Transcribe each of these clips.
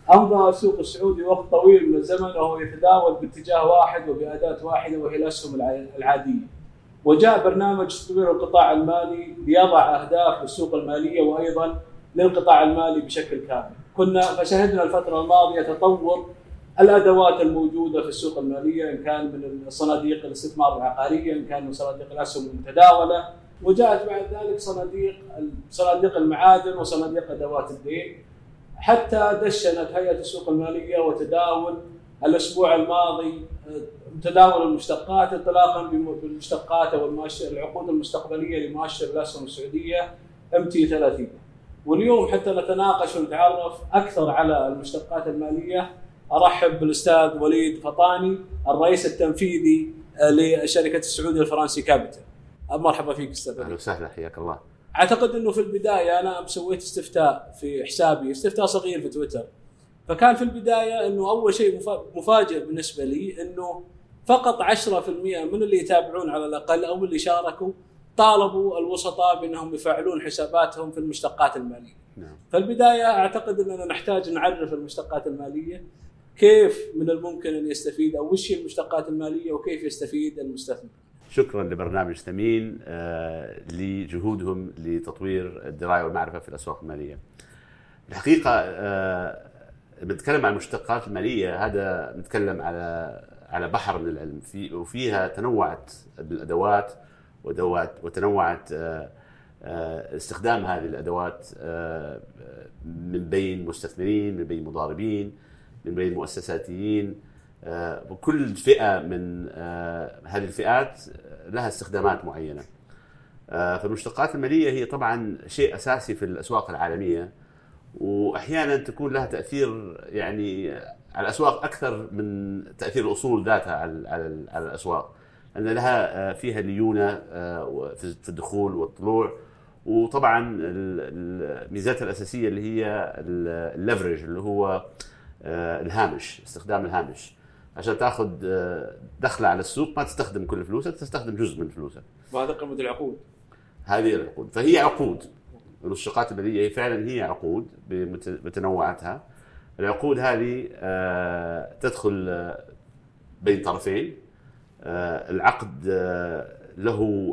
أمضى السوق السعودي وقت طويل من الزمن وهو يتداول باتجاه واحد وبأداة واحدة وهي الأسهم العادية، وجاء برنامج تطوير القطاع المالي ليضع أهداف للسوق المالية وأيضا للقطاع المالي بشكل كامل. فشهدنا الفترة الماضية تطور الأدوات الموجودة في السوق المالية، إن كان من صناديق الاستثمار العقارية، إن كان من صناديق الأسهم المتداولة، وجاءت بعد ذلك صناديق المعادن وصناديق أدوات الدين، حتى دشنت هيئة السوق المالية وتداول الأسبوع الماضي تداول المشتقات انطلاقا بالمشتقات او العقود المستقبليه لمؤشر الاسهم السعوديه MT30. واليوم حتى نتناقش ونتعرف اكثر على المشتقات الماليه ارحب بالاستاذ وليد فطاني الرئيس التنفيذي لشركه السعودي الفرنسي كابيتال. مرحبا فيك استاذ. اهلا وسهلا، حياك الله. اعتقد انه في البدايه انا سويت استفتاء في حسابي، استفتاء صغير في تويتر، فكان في البدايه انه اول شيء مفاجئ بالنسبه لي انه فقط 10% من اللي يتابعون على الاقل او اللي شاركوا طالبوا الوسطاء بانهم يفعلون حساباتهم في المشتقات الماليه. نعم. فالبدايه اعتقد اننا نحتاج نعرف المشتقات الماليه، كيف من الممكن ان يستفيد او وش هي المشتقات الماليه وكيف يستفيد المستثمر. شكرا لبرنامج ثمين لجهودهم لتطوير الدرايه والمعرفه في الاسواق الماليه. الحقيقه بنتكلم عن المشتقات الماليه، هذا بنتكلم على بحر من العلم وفيها تنوعت الادوات وتنوعت استخدام هذه الادوات من بين مستثمرين، من بين مضاربين، من بين مؤسساتيين، وكل فئه من هذه الفئات لها استخدامات معينه. فالمشتقات الماليه هي طبعا شيء اساسي في الاسواق العالميه، واحيانا تكون لها تاثير يعني على الاسواق اكثر من تاثير الاصول ذاتها على الاسواق، لان لها فيها ليونه في الدخول والطلوع. وطبعا الميزات الاساسيه اللي هي الليفرج اللي هو الهامش، استخدام الهامش عشان تاخذ دخله على السوق، ما تستخدم كل فلوسك، تستخدم جزء من فلوسك. وهذا قيمه العقود. هذه العقود، فهي عقود. المشتقات الماليه هي فعلا هي عقود بتنوعاتها. العقود هذه تدخل بين طرفين. العقد له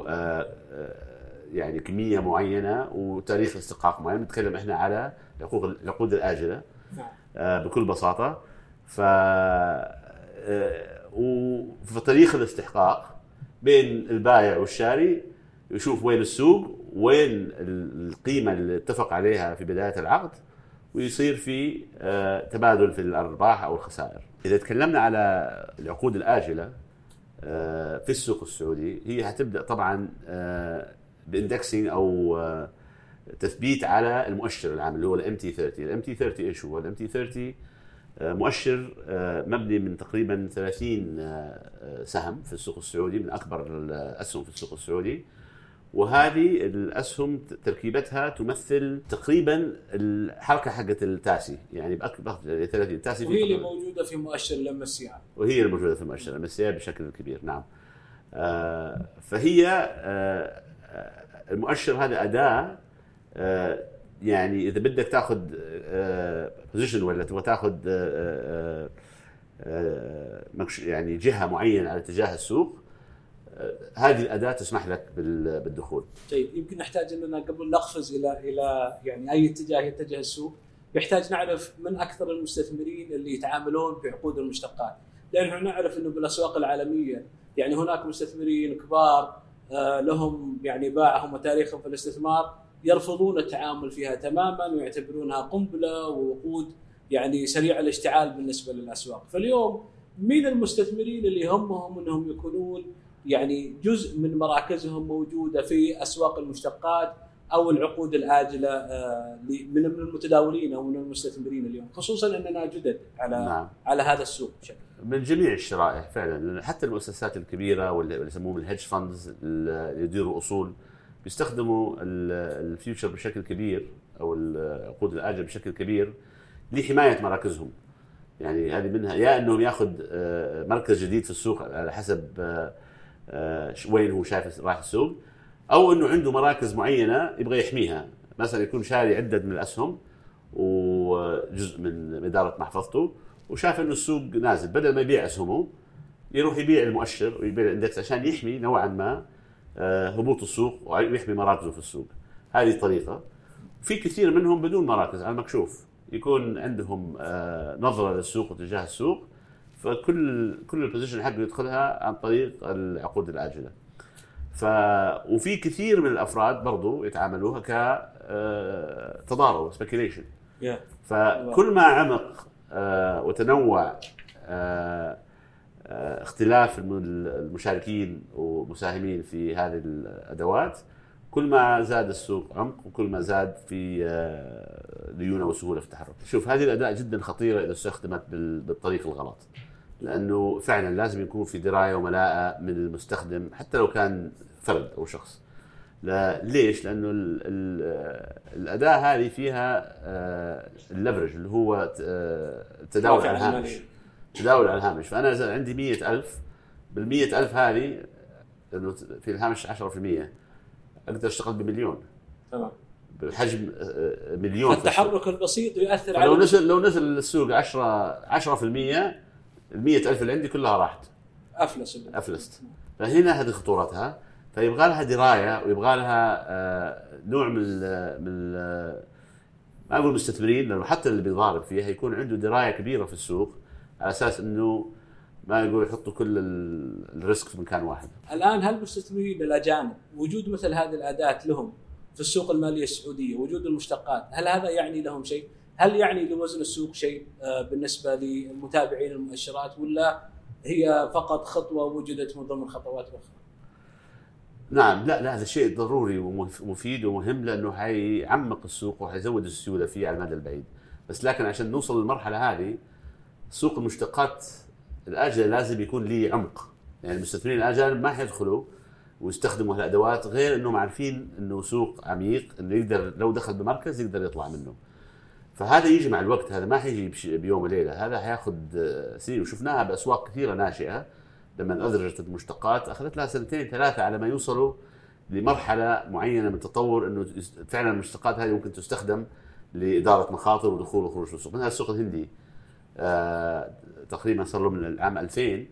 يعني كميه معينه وتاريخ استحقاق معين. نتكلم احنا على العقود الاجله بكل بساطه. وفي تاريخ الاستحقاق بين البائع والشاري يشوف وين السوق، وين القيمه اللي اتفق عليها في بدايه العقد، ويصير في تبادل في الارباح او الخسائر. اذا تكلمنا على العقود الاجله في السوق السعودي، هي هتبدا طبعا باندكسينج او تثبيت على المؤشر العام اللي هو MT30. MT30 ايش هو؟ MT30 مؤشر مبني من تقريبا 30 سهم في السوق السعودي، من اكبر الاسهم في السوق السعودي. وهذه الاسهم تركيبتها تمثل تقريبا الحركه حقت التاسي، يعني باكبر 30 تاسي، وهي اللي موجوده في مؤشر الMSCI، وهي الموجوده في مؤشر الMSCI بشكل كبير. نعم. فهي المؤشر هذا اداه، يعني اذا بدك تاخذ بوزيشن ولا تبغى تاخذ يعني جهه معينه على اتجاه السوق، هذه الاداه تسمح لك بالدخول. طيب، يمكن نحتاج اننا قبل نقفز الى يعني اي اتجاه يتجه السوق، يحتاج نعرف من اكثر المستثمرين اللي يتعاملون بعقود المشتقات، لانه نعرف انه بالاسواق العالميه يعني هناك مستثمرين كبار لهم يعني باعهم وتاريخهم في الاستثمار يرفضون التعامل فيها تماما ويعتبرونها قنبله ووقود يعني سريع الاشتعال بالنسبه للاسواق. فاليوم مين المستثمرين اللي يهمهم انهم يكونون يعني جزء من مراكزهم موجوده في اسواق المشتقات او العقود الاجله من المتداولين او من المستثمرين اليوم، خصوصا اننا جدد على هذا السوق بشكل من جميع الشرائح فعلا. حتى المؤسسات الكبيره واللي يسموهم الهيدج فاندز اللي يديروا اصول بيستخدموا الفيوتشر بشكل كبير او العقود الاجله بشكل كبير لحمايه مراكزهم. يعني هذه منها يا انه ياخذ مركز جديد في السوق على حسب وين هو شايف راح السوق، او انه عنده مراكز معينه يبغى يحميها. مثلا يكون شاري عده من الاسهم هو جزء من إدارة محفظته، وشاف إنه السوق نازل، بدل ما يبيع أسهمه يروح يبيع المؤشر ويبيع الاندكس عشان يحمي نوعا ما هبوط السوق ويحمي مراكزه في السوق. هذه طريقة. في كثير منهم بدون مراكز على المكشوف، يكون عندهم نظرة للسوق واتجاه السوق، فكل البوزيشن حقه يدخلها عن طريق العقود الآجلة. وفي كثير من الأفراد برضو يتعاملوها كتضارب speculation. فكل ما عمق وتنوع اختلاف المشاركين ومساهمين في هذه الأدوات، كل ما زاد السوق عمق وكل ما زاد في ليونة وسهولة في التحرك. شوف، هذه الأداة جدا خطيرة إذا استخدمت بالطريق الغلط، لأنه فعلا لازم يكون في دراية وملاءة من المستخدم حتى لو كان فرد أو شخص. ليش؟ لأنه الأداة هذه فيها الليفرج اللي هو التداول على الهامش. تداول على الهامش. فأنا إذا عندي 100,000، بال100,000 هذه إنه في الهامش 10%، أقدر أشتغل بمليون. تمام. بالحجم مليون. فالتحرك البسيط يؤثر على لو نزل السوق 10%، 100,000 اللي عندي كلها راحت. أفلست. فهنا هذه خطورتها. فيبغى لها دراية ويبغى لها نوع من ما أقول مستثمرين، لأنه حتى اللي بيضارب فيها يكون عنده دراية كبيرة في السوق، على أساس إنه ما يقول يحطوا كل الريسك في مكان واحد. الآن هل المستثمرين الأجانب وجود مثل هذه الأداة لهم في السوق المالية السعودية، وجود المشتقات، هل هذا يعني لهم شيء؟ هل يعني لوزن السوق شيء بالنسبة للمتابعين المؤشرات، ولا هي فقط خطوة وجدت من ضمن خطوات أخرى؟ نعم، لا هذا شيء ضروري ومفيد ومهم، لأنه حيعمق السوق وحيزود السيولة فيه على المدى البعيد. بس لكن عشان نوصل للمرحلة هذه، سوق المشتقات الآجلة لازم يكون ليه عمق. يعني المستثمرين الأجانب ما حيدخلوا ويستخدموا هالأدوات غير إنهم عارفين إنه سوق عميق، إنه يقدر لو دخل بمركز يقدر يطلع منه. فهذا يجي مع الوقت، هذا ما حيجي بيوم وليلة، هذا حياخذ سنين. وشفناها بأسواق كثيرة ناشئة لما أدرجت المشتقات أخذت لها 2-3 على ما يوصلوا لمرحلة معينة من التطور، إنه فعلا المشتقات هذه ممكن تستخدم لإدارة مخاطر ودخول وخروج في السوق. مثلا السوق الهندي تقريبا صار له من العام 2000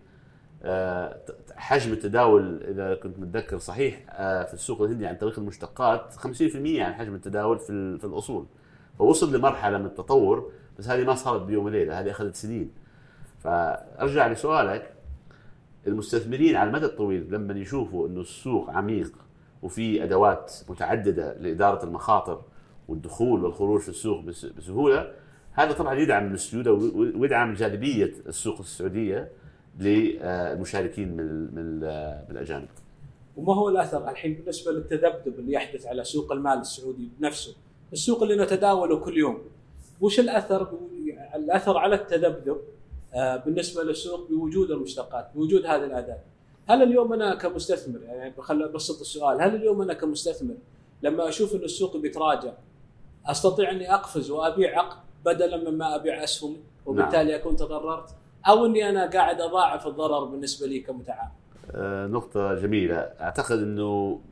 حجم التداول إذا كنت متذكر صحيح في السوق الهندي عن طريق المشتقات 50% عن حجم التداول في الأصول. فوصل لمرحلة من التطور، بس هذه ما صارت بيوم وليلة، هذه أخذت سنين. فأرجع لسؤالك، المستثمرين على المدى الطويل لما يشوفوا إنه السوق عميق وفي أدوات متعددة لإدارة المخاطر والدخول والخروج في السوق بسهولة، هذا طبعا يدعم السيولة ويدعم جاذبية السوق السعودية للمشاركين من الأجانب. وما هو الأثر الحين بالنسبة للتذبذب اللي يحدث على سوق المال السعودي نفسه، السوق اللي نتداوله كل يوم؟ وش الأثر على التذبذب بالنسبة للسوق بوجود المشتقات، بوجود هذه الأداة؟ هل اليوم أنا كمستثمر، يعني خلينا نبسط السؤال، هل اليوم أنا كمستثمر لما أشوف إن السوق بيتراجع أستطيع أني أقفز وأبيع عقد بدلا مما أبيع أسهم وبالتالي أكون تضررت، أو أني أنا قاعد أضاعف الضرر بالنسبة لي كمتعامل؟ نقطة جميلة. أعتقد أنه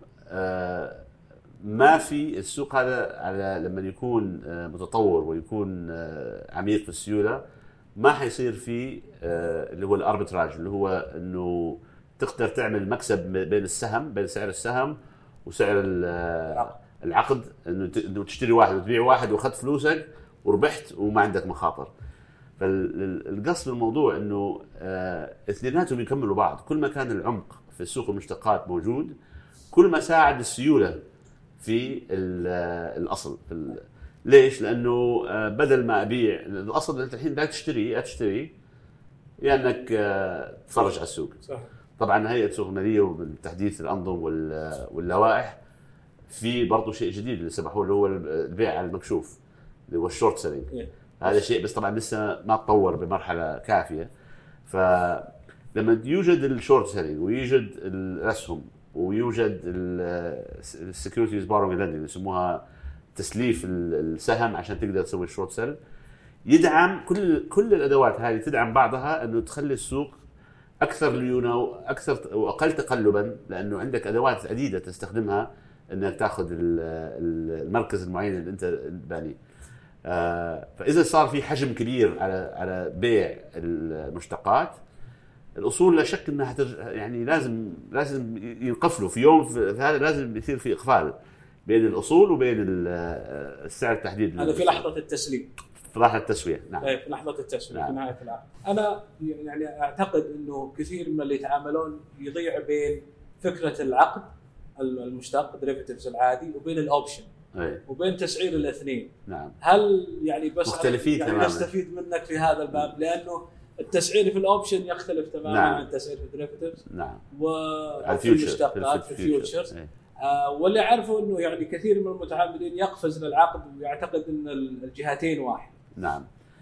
ما في السوق هذا على لما يكون متطور ويكون عميق في السيولة، ما حيصير فيه اللي هو الاربتراج، اللي هو انه تقدر تعمل مكسب بين السهم، بين سعر السهم وسعر العقد، انه تشتري واحد وتبيع واحد واخذت فلوسك وربحت وما عندك مخاطر. فالقصد من الموضوع انه اثنيناتهم يكملوا بعض. كل ما كان العمق في السوق المشتقات موجود، كل ما ساعد السيولة في الأصل. ليش؟ لأنه بدل ما أبيع الأصل، أنت الحين بدك تشتري يعني أنك تفرج على السوق. صح. طبعا هيئة السوق المالية وبالتحديث الأنظمة واللوائح في برضو شيء جديد اللي سمحوه، اللي هو البيع على المكشوف، اللي هو الشورت سيلينج. هذا شيء بس طبعا لسه ما تطور بمرحلة كافية. فلما يوجد الشورت سيلينج ويوجد الأسهم ويوجد السكيورتيز بارونج لندنج، يسموها تسليف السهم عشان تقدر تسوي الشورت سيل، يدعم كل الادوات هذه، تدعم بعضها انه تخلي السوق اكثر ليونه واكثر واقل تقلبا، لانه عندك ادوات عديده تستخدمها انك تاخذ المركز المعين اللي انت بانيه. فاذا صار في حجم كبير على بيع المشتقات، الاصول لا شك انها يعني لازم ينقفلوا في يوم، في هذا لازم يصير في اقفال بين الاصول وبين السعر التحديد. هذا في لحظه التسليم، في لحظه التسويه. نعم. في لحظه التسويه. نعم. في نهايه العقد. انا يعني اعتقد انه كثير من اللي يتعاملون يضيع بين فكره العقد المشتق ديريفيتيفز العادي وبين الاوبشن وبين تسعير الاثنين. نعم. هل يعني بس مختلفين يعني نستفيد منك في هذا الباب، لانه التسعير في الاوبشن يختلف تماما نعم. عن التسعير في الديريفيتيفز. نعم. وفي المشتقات في الفيوتشرز. واللي اعرفه انه يعني كثير من المتعاملين يقفز للعقد ويعتقد ان الجهتين واحد. نعم.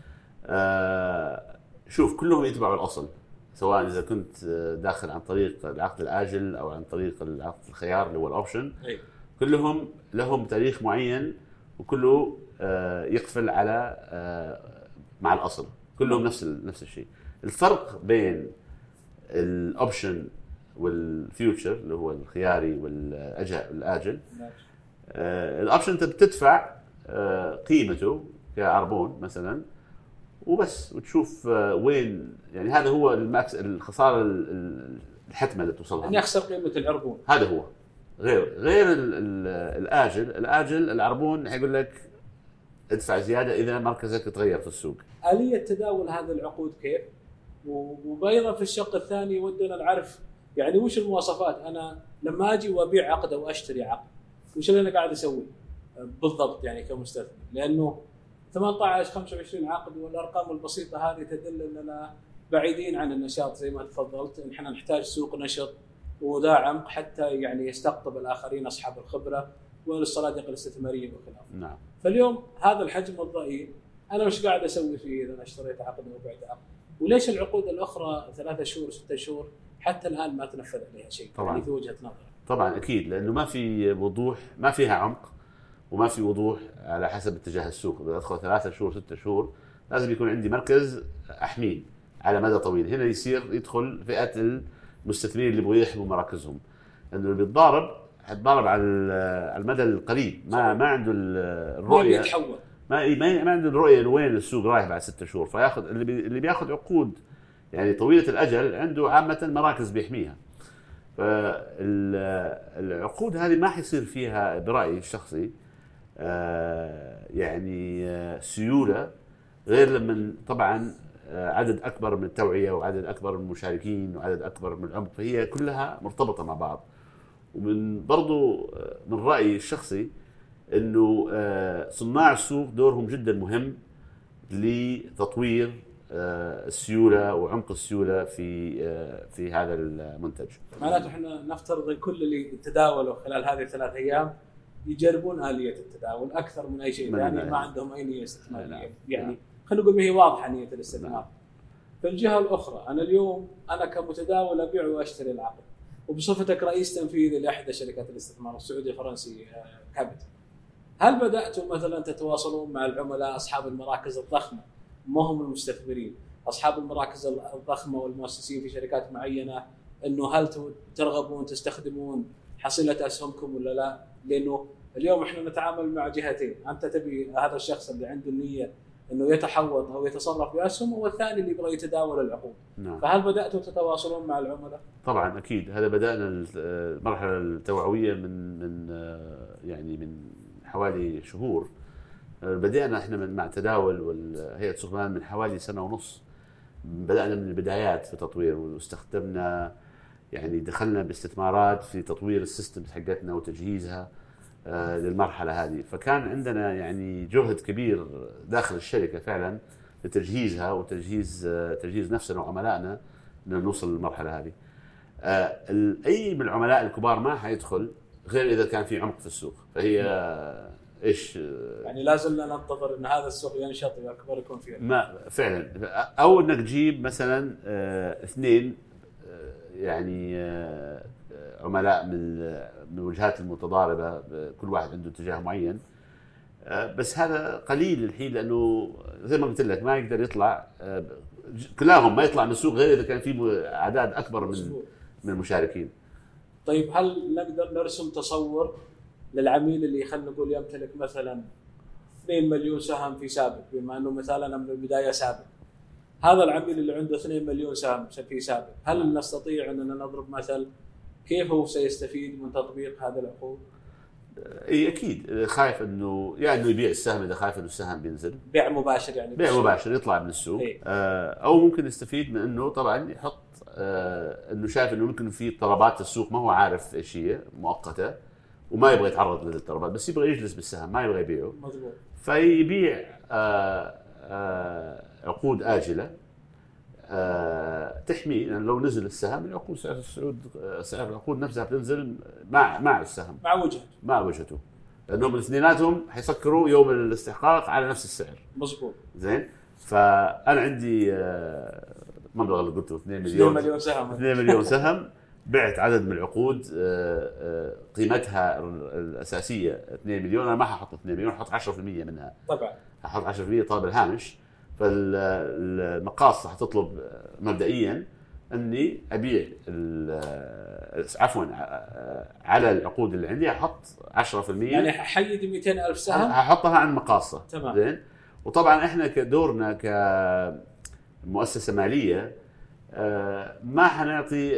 شوف، كلهم يتبعوا الاصل، سواء اذا كنت داخل عن طريق العقد الاجل او عن طريق العقد الخيار اللي هو الاوبشن. كلهم لهم تاريخ معين، وكله يقفل على مع الاصل، كلهم نفس الشيء. الفرق بين الاوبشن والفيوتشر اللي هو الخياري والاجل، الاوبشن انت بتدفع قيمته كعربون مثلا وبس، وتشوف وين، يعني هذا هو الخساره الحتمه اللي توصلها، ان يخسر قيمه العربون. هذا هو. غير الاجل العربون حيقول لك ادفع زياده اذا مركزك تغير في السوق. آلية تداول هذه العقود كيف؟ وبايضا في الشق الثاني ودنا نعرف يعني وش المواصفات. انا لما اجي وابيع عقد او اشتري عقد، وش اللي انا قاعد اسوي بالضبط يعني كمستثمر؟ لانه 18 25 عقد والارقام البسيطه هذه تدل اننا بعيدين عن النشاط زي ما تفضلت. ان احنا نحتاج سوق نشط وداعم حتى يعني يستقطب الاخرين اصحاب الخبره والصناديق الاستثماريه وخلافه. نعم. فاليوم هذا الحجم الضئيل انا مش قاعد اسوي فيه اذا انا اشتريت عقد او بعت عقد. وليش العقود الاخرى 3 شهور 6 شهور حتى الان ما تنفذ عليها شيء؟ طبعا. يعني في وجهه نظر. طبعا اكيد، لانه ما في وضوح، ما فيها عمق، وما في وضوح على حسب اتجاه السوق. اذا ادخل 3 شهور 6 شهور لازم يكون عندي مركز احميه على مدى طويل. هنا يدخل فئه المستثمرين اللي يبغوا يحموا مراكزهم، لانه اللي حيتضارب على المدى القريب، ما عنده الرؤيه، ما عنده الرؤيه لوين السوق رايح بعد 6 شهور. فياخذ اللي بياخذ عقود يعني طويله الاجل عنده عامه مراكز بيحميها. فالعقود هذه ما حيصير فيها برايي الشخصي يعني سيوله، غير لما طبعا عدد اكبر من التوعيه وعدد اكبر من المشاركين وعدد اكبر من العمق، فهي كلها مرتبطه مع بعض. ومن برضو من رايي الشخصي انه صناع السوق دورهم جدا مهم لتطوير السيوله وعمق السيوله في هذا المنتج. معناته احنا نفترض ان كل اللي تداولوا خلال هذه ال3 أيام يجربون آلية التداول أكثر من أي شيء ثاني، ما عندهم أي نية استثمارية. يعني خلينا نقول ما هي واضحة نية الاستثمار. في الجهة الأخرى أنا اليوم أنا كمتداول أبيع وأشتري العقد، وبصفتك رئيس تنفيذي لإحدى شركات الاستثمار السعودي الفرنسي كابيتال، هل بدأتوا مثلا تتواصلون مع العملاء أصحاب المراكز الضخمة، ما هم المستثمرين، أصحاب المراكز الضخمة والمؤسسين في شركات معينة، إنه هل ترغبون تستخدمون حصيلة أسهمكم ولا لا؟ لأنه اليوم إحنا نتعامل مع جهتين، أنت تبي هذا الشخص اللي عنده النية إنه يتحوط أو يتصرف بأسهم، والثاني اللي يبغى يتداول العقود. نعم. فهل بدأتوا تتواصلون مع العملاء؟ طبعا أكيد، هذا بدأنا المرحلة التوعوية من حوالي شهور. بدأنا إحنا مع تداول والهيئة سوقمان من حوالي 1.5 سنة. بدأنا من البدايات في تطوير، واستخدمنا يعني دخلنا باستثمارات في تطوير السيستمز حقتنا وتجهيزها للمرحلة هذه. فكان عندنا يعني جهد كبير داخل الشركة فعلا لتجهيزها تجهيز نفسنا وعملائنا لنوصل للمرحلة هذه. أي من العملاء الكبار ما حيدخل غير إذا كان في عمق في السوق. فهي إيش يعني لازم ننتظر إن هذا السوق ينشط ويكبر يكون فيه ما فعلا، أو إنك تجيب مثلا 2 يعني عملاء من الوجهات المتضاربة، كل واحد عنده اتجاه معين. بس هذا قليل الحين، لأنه زي ما قلت لك ما يقدر يطلع كلهم، ما يطلع من السوق غير إذا كان في أعداد أكبر من المشاركين. طيب هل نقدر نرسم تصور للعميل اللي خلينا نقول يمتلك مثلا 2 مليون سهم في سابق، بما انه مثلا من البدايه سابق. هذا العميل اللي عنده 2 مليون سهم في سابق، هل نستطيع اننا نضرب مثل كيف هو سيستفيد من تطبيق هذا العقود؟ اي اكيد خايف انه يعني يبيع السهم اذا خايف انه السهم بينزل، بيع مباشر يعني بيع مباشر يطلع من السوق. او ممكن يستفيد من انه طبعا يحط انه شايف انه ممكن في اضطرابات السوق ما هو عارف ايش هي مؤقته وما يبغى يتعرض للاضطرابات، بس يبغى يجلس بالسهم ما يبغى يبيعه. مضبوط. فيبيع عقود آجلة تحميه، يعني لو نزل السهم العقود سعر العقود نفسها بتنزل مع السهم مع وجهته، لانهم الاثنيناتهم حيسكروا يوم الاستحقاق على نفس السعر. مظبوط. زين. فانا عندي مبلغ اللي قلته 2 مليون سهم 2 مليون سهم، بعت عدد من العقود قيمتها الاساسيه 2 مليون، انا ما ححط 2 مليون، ححط 10% منها. طبعا ححط 10% طالب الهامش. فالمقاصة حتطلب مبدئيا اني ابيع عفوا على العقود اللي عندي احط 10%، يعني حيدي 200,000 سهم هحطها عن مقاصة. تمام. زين. وطبعا احنا كدورنا كمؤسسة مالية ما حنعطي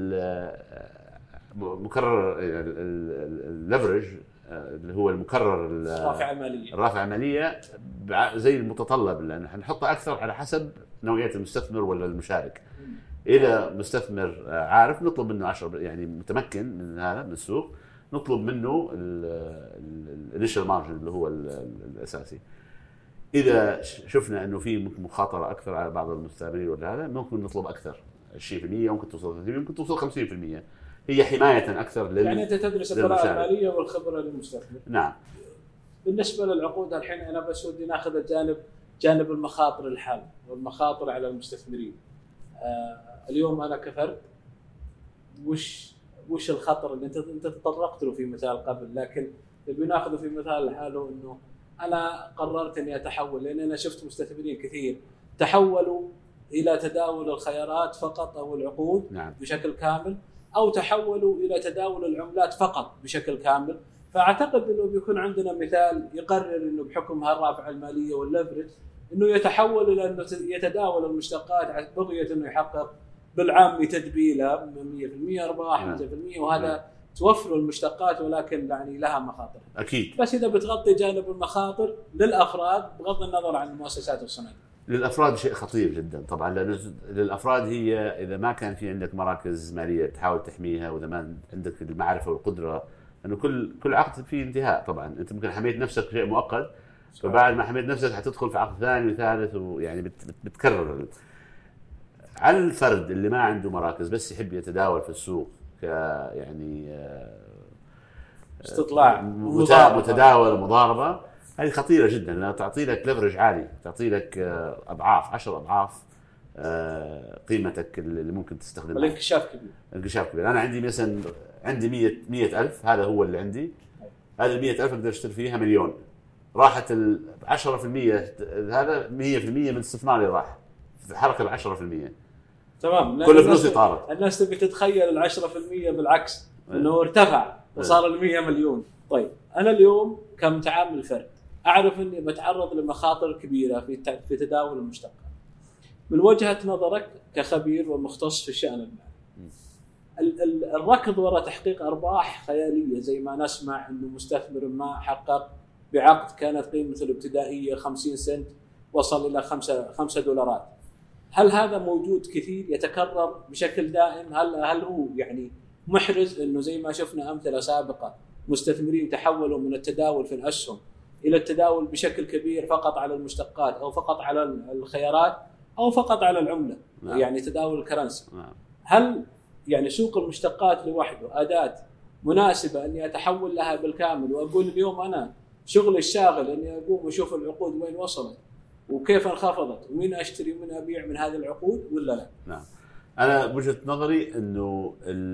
مكرر الليفرج اللي هو المكرر الرافعة المالية زي المتطلب، لأنه حنحطها أكثر على حسب نوعية المستثمر ولا المشارك. إذا مستثمر عارف نطلب منه 10، يعني متمكن من هذا من السوق، نطلب منه الانيشال مارجن اللي هو الأساسي. إذا شفنا إنه في مخاطرة أكثر على بعض المستثمرين ولا هذا، ممكن نطلب أكثر 20%، ممكن توصل 30%، ممكن توصل 50%. هي حماية أكثر يعني أنت تدرس القراءة المالية والخبرة للمستثمر. نعم. بالنسبة للعقود الحين أنا بس ودي ناخذ جانب المخاطر الحال والمخاطر على المستثمرين. اليوم أنا كفرد وش الخطر اللي أنت تطرقت له في مثال قبل، لكن بناخذه في مثال حاله إنه أنا قررت إني أتحول، لأن أنا شفت مستثمرين كثير تحولوا إلى تداول الخيارات فقط أو العقود. نعم. بشكل كامل، أو تحولوا إلى تداول العملات فقط بشكل كامل. فأعتقد أنه بيكون عندنا مثال يقرر أنه بحكم هالرافعة المالية والليفرج أنه يتحول إلى أنه يتداول المشتقات بغية أنه يحقق بالعام تدبيله 100% أرباح 100%، وهذا توفر المشتقات، ولكن يعني لها مخاطر. أكيد. بس إذا بتغطي جانب المخاطر للأفراد بغض النظر عن المؤسسات والصناديق. للأفراد شيء خطير جدا طبعا، لأنه للأفراد هي إذا ما كان في عندك مراكز مالية تحاول تحميها، وإذا ما عندك المعرفة والقدرة، أنه كل عقد فيه انتهاء. طبعا أنت ممكن حميت نفسك شيء مؤقت، فبعد ما حميت نفسك حتدخل في عقد ثاني وثالث، ويعني بتكرر. على الفرد اللي ما عنده مراكز بس يحب يتداول في السوق يعني استطلاع متداول ومضاربة، هذه خطيرة جدا، لأنها تعطي لك ليفرج عالي، تعطي لك أضعاف 10 أضعاف قيمتك اللي ممكن تستخدمها. الانكشاف كبير. أنا عندي مثلا 100,000، هذا هو اللي عندي. هذا 100,000 أقدر أشتري فيها مليون. راحت 10% هذا 100% من استثماري راح في حركة 10%. تمام. كل فلوسي طارت. الناس تبي تتخيل 10% بالعكس انه ارتفع وصار 100 مليون. طيب انا اليوم كمتعامل فرد اعرف اني بتعرض لمخاطر كبيره في تداول المشتقات. من وجهه نظرك كخبير ومختص في الشأن المالي، الركض وراء تحقيق ارباح خياليه زي ما نسمع انه مستثمر ما حقق بعقد كانت قيمته الابتدائيه 50 سنت وصل الى 5 دولارات، هل هذا موجود كثير يتكرر بشكل دائم؟ هل هو يعني محرز انه زي ما شفنا امثله سابقه مستثمرين تحولوا من التداول في الاسهم الى التداول بشكل كبير فقط على المشتقات او فقط على الخيارات او فقط على العمله؟ نعم. يعني تداول الكرنسي. نعم. هل يعني سوق المشتقات لوحده اداه مناسبه اني اتحول لها بالكامل واقول اليوم انا شغلي الشاغل اني اقوم واشوف العقود وين وصلت وكيف انخفضت ومين اشتري ومين ابيع من هذه العقود ولا لا؟ نعم. انا بوجهة نظري انه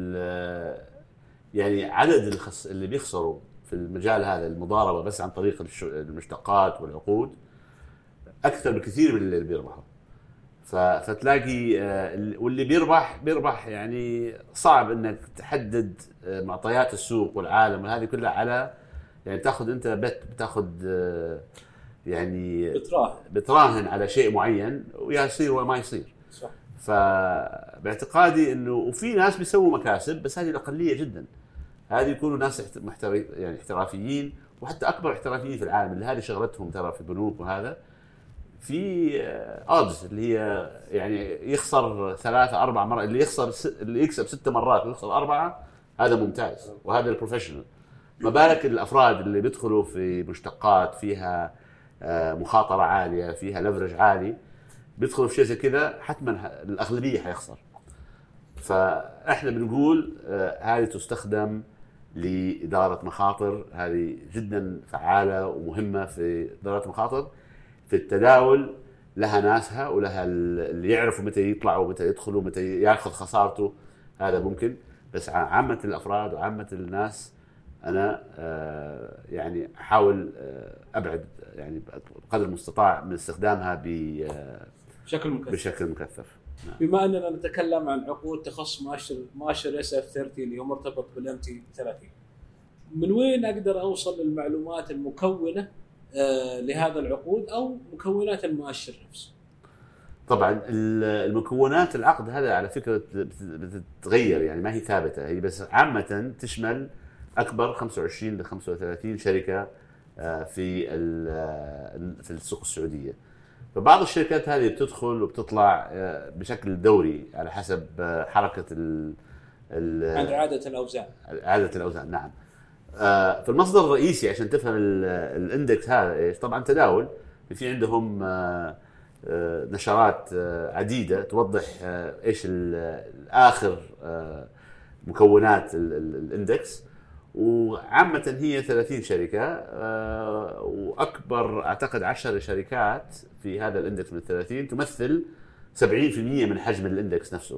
يعني عدد اللي بيخسروا في المجال هذا المضاربة بس عن طريق المشتقات والعقود اكثر بكثير من اللي بيربحوا. فتلاقي واللي بيربح يعني صعب انك تحدد معطيات السوق والعالم وهذه كلها على يعني تاخذ انت بتاخذ يعني بتراهن على شيء معين ويا يصير وما يصير. صح. فباعتقادي انه وفي ناس بيسووا مكاسب، بس هذه الاقليه جدا. هذه يكونوا ناس يعني احترافيين، وحتى اكبر احترافيين في العالم اللي هذه شغلتهم ترى في البنوك. وهذا في اودز اللي هي يعني يخسر 3-4 مرات، اللي يكسب 6 مرات ويخسر 4، هذا ممتاز وهذا البروفيشنال. ما بالك الافراد اللي بيدخلوا في مشتقات فيها مخاطره عاليه، فيها ليفرج عالي، بيدخلوا في شيء زي كذا، حتما الاغلبيه حيخسر. فاحنا بنقول هذه تستخدم لاداره مخاطر، هذه جدا فعاله ومهمه في اداره المخاطر. في التداول لها ناسها ولها اللي يعرفوا متى يطلعوا ومتى يدخلوا ومتى ياخذ خسارته، هذا ممكن. بس عامه الافراد وعامه الناس انا يعني احاول ابعد يعني بقدر المستطاع من استخدامها بشكل مكثف. بما اننا نتكلم عن عقود تخص مؤشر SF30 اللي هو مرتبط بالMT30، من وين اقدر اوصل للمعلومات المكونه لهذا العقود او مكونات المؤشر نفسه؟ طبعا المكونات العقد هذا على فكره بتتغير، يعني ما هي ثابته، هي بس عامه تشمل اكبر 25 ل 35 شركه في السوق السعوديه. فبعض الشركات هذه بتدخل وبتطلع بشكل دوري على حسب حركه عند عاده الاوزان. نعم. فالمصدر الرئيسي عشان تفهم الاندكس هذا ايش؟ طبعا تداول، في عندهم نشرات عديدة توضح ايش اخر مكونات الاندكس، وعامة هي 30 شركة، واكبر اعتقد 10 شركات في هذا الاندكس من 30 تمثل 70% من حجم الاندكس نفسه.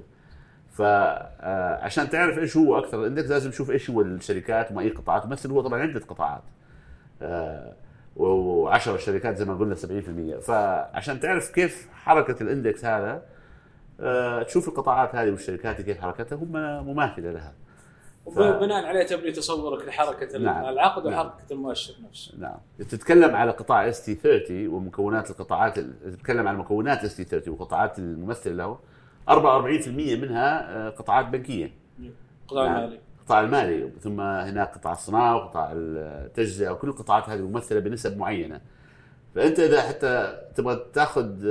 فعشان تعرف ايش هو اكثر الاندكس لازم تشوف ايش هو الشركات وما اي قطاعات تمثل. هو طبعا عدة قطاعات و10 شركات زي ما قلنا 70%. فعشان تعرف كيف حركة الاندكس هذا تشوف القطاعات هذه والشركات كيف حركتها هم مماثلة لها، وبناء عليه تبني تصورك لحركة العقد وحركة المؤشر نفسه. نعم. تتكلم على قطاع ST30 ومكونات القطاعات، تتكلم على مكونات ST30 وقطاعات الممثلة له، 44% منها قطاعات بنكية، القطاع المالي، ثم هناك قطاع الصناعة وقطاع التجزئة، وكل القطاعات هذه ممثلة بنسب معينة. فأنت إذا حتى تبغى تاخذ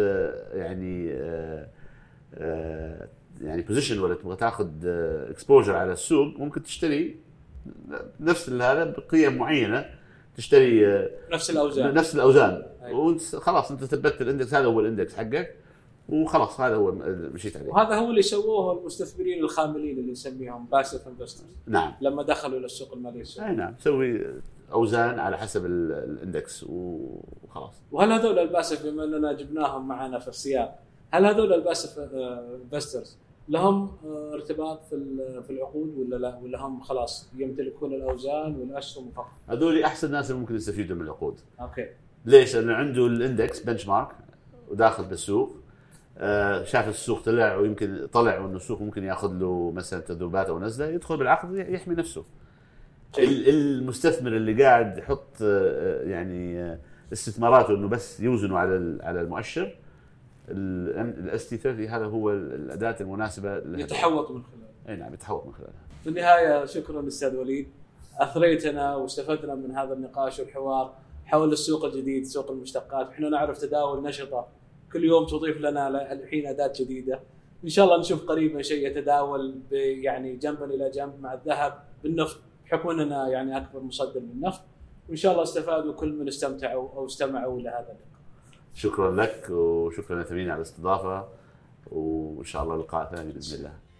يعني بوزيشن ولا تبغى تاخذ اكسبوجر على السوق، ممكن تشتري نفس هذا بقيم معينة، تشتري نفس الأوزان وخلاص أنت ثبتت الاندكس، هذا هو الاندكس حقك وخلاص، هذا هو مشيت عليه. وهذا هو اللي سووه المستثمرين الخاملين اللي نسميهم باسيف انفسترز. نعم. لما دخلوا الى السوق المالي السعودي. نعم، تسوي اوزان على حسب الاندكس وخلاص. وهل هذول الباسيف بما اننا جبناهم معنا في السياق، هل هذول الباسيف انفسترز لهم ارتباط في العقود ولا لا، ولا هم خلاص يمتلكون الاوزان والاسهم فقط؟ هذول احسن ناس اللي ممكن يستفيدوا من العقود. اوكي. ليش؟ لانه عنده الاندكس بنش مارك وداخل بالسوق، شاف السوق طلع ويمكن طلع وانه السوق ممكن ياخذ له مثلا تذبذبات او نزله، يدخل بالعقد يحمي نفسه. المستثمر اللي قاعد يحط يعني استثماراته انه بس يوزنوا على المؤشر، ST30 هذا هو الاداه المناسبه يتحوط من خلالها. اي نعم، يتحوط من خلالها. في النهايه شكرا استاذ وليد، اثريتنا واستفدنا من هذا النقاش والحوار حول السوق الجديد، سوق المشتقات. احنا نعرف تداول نشطه، كل يوم تضيف لنا الحين اداه جديده. ان شاء الله نشوف قريبا شيء يتداول يعني جنبا الى جنب مع الذهب بالنفط، بحكم اننا يعني اكبر مصدر للنفط. وان شاء الله استفادوا كل من استمتعوا او استمعوا الى هذا اللقاء. شكرا لك وشكرا لثمين على الاستضافه، وان شاء الله لقاء ثاني باذن الله.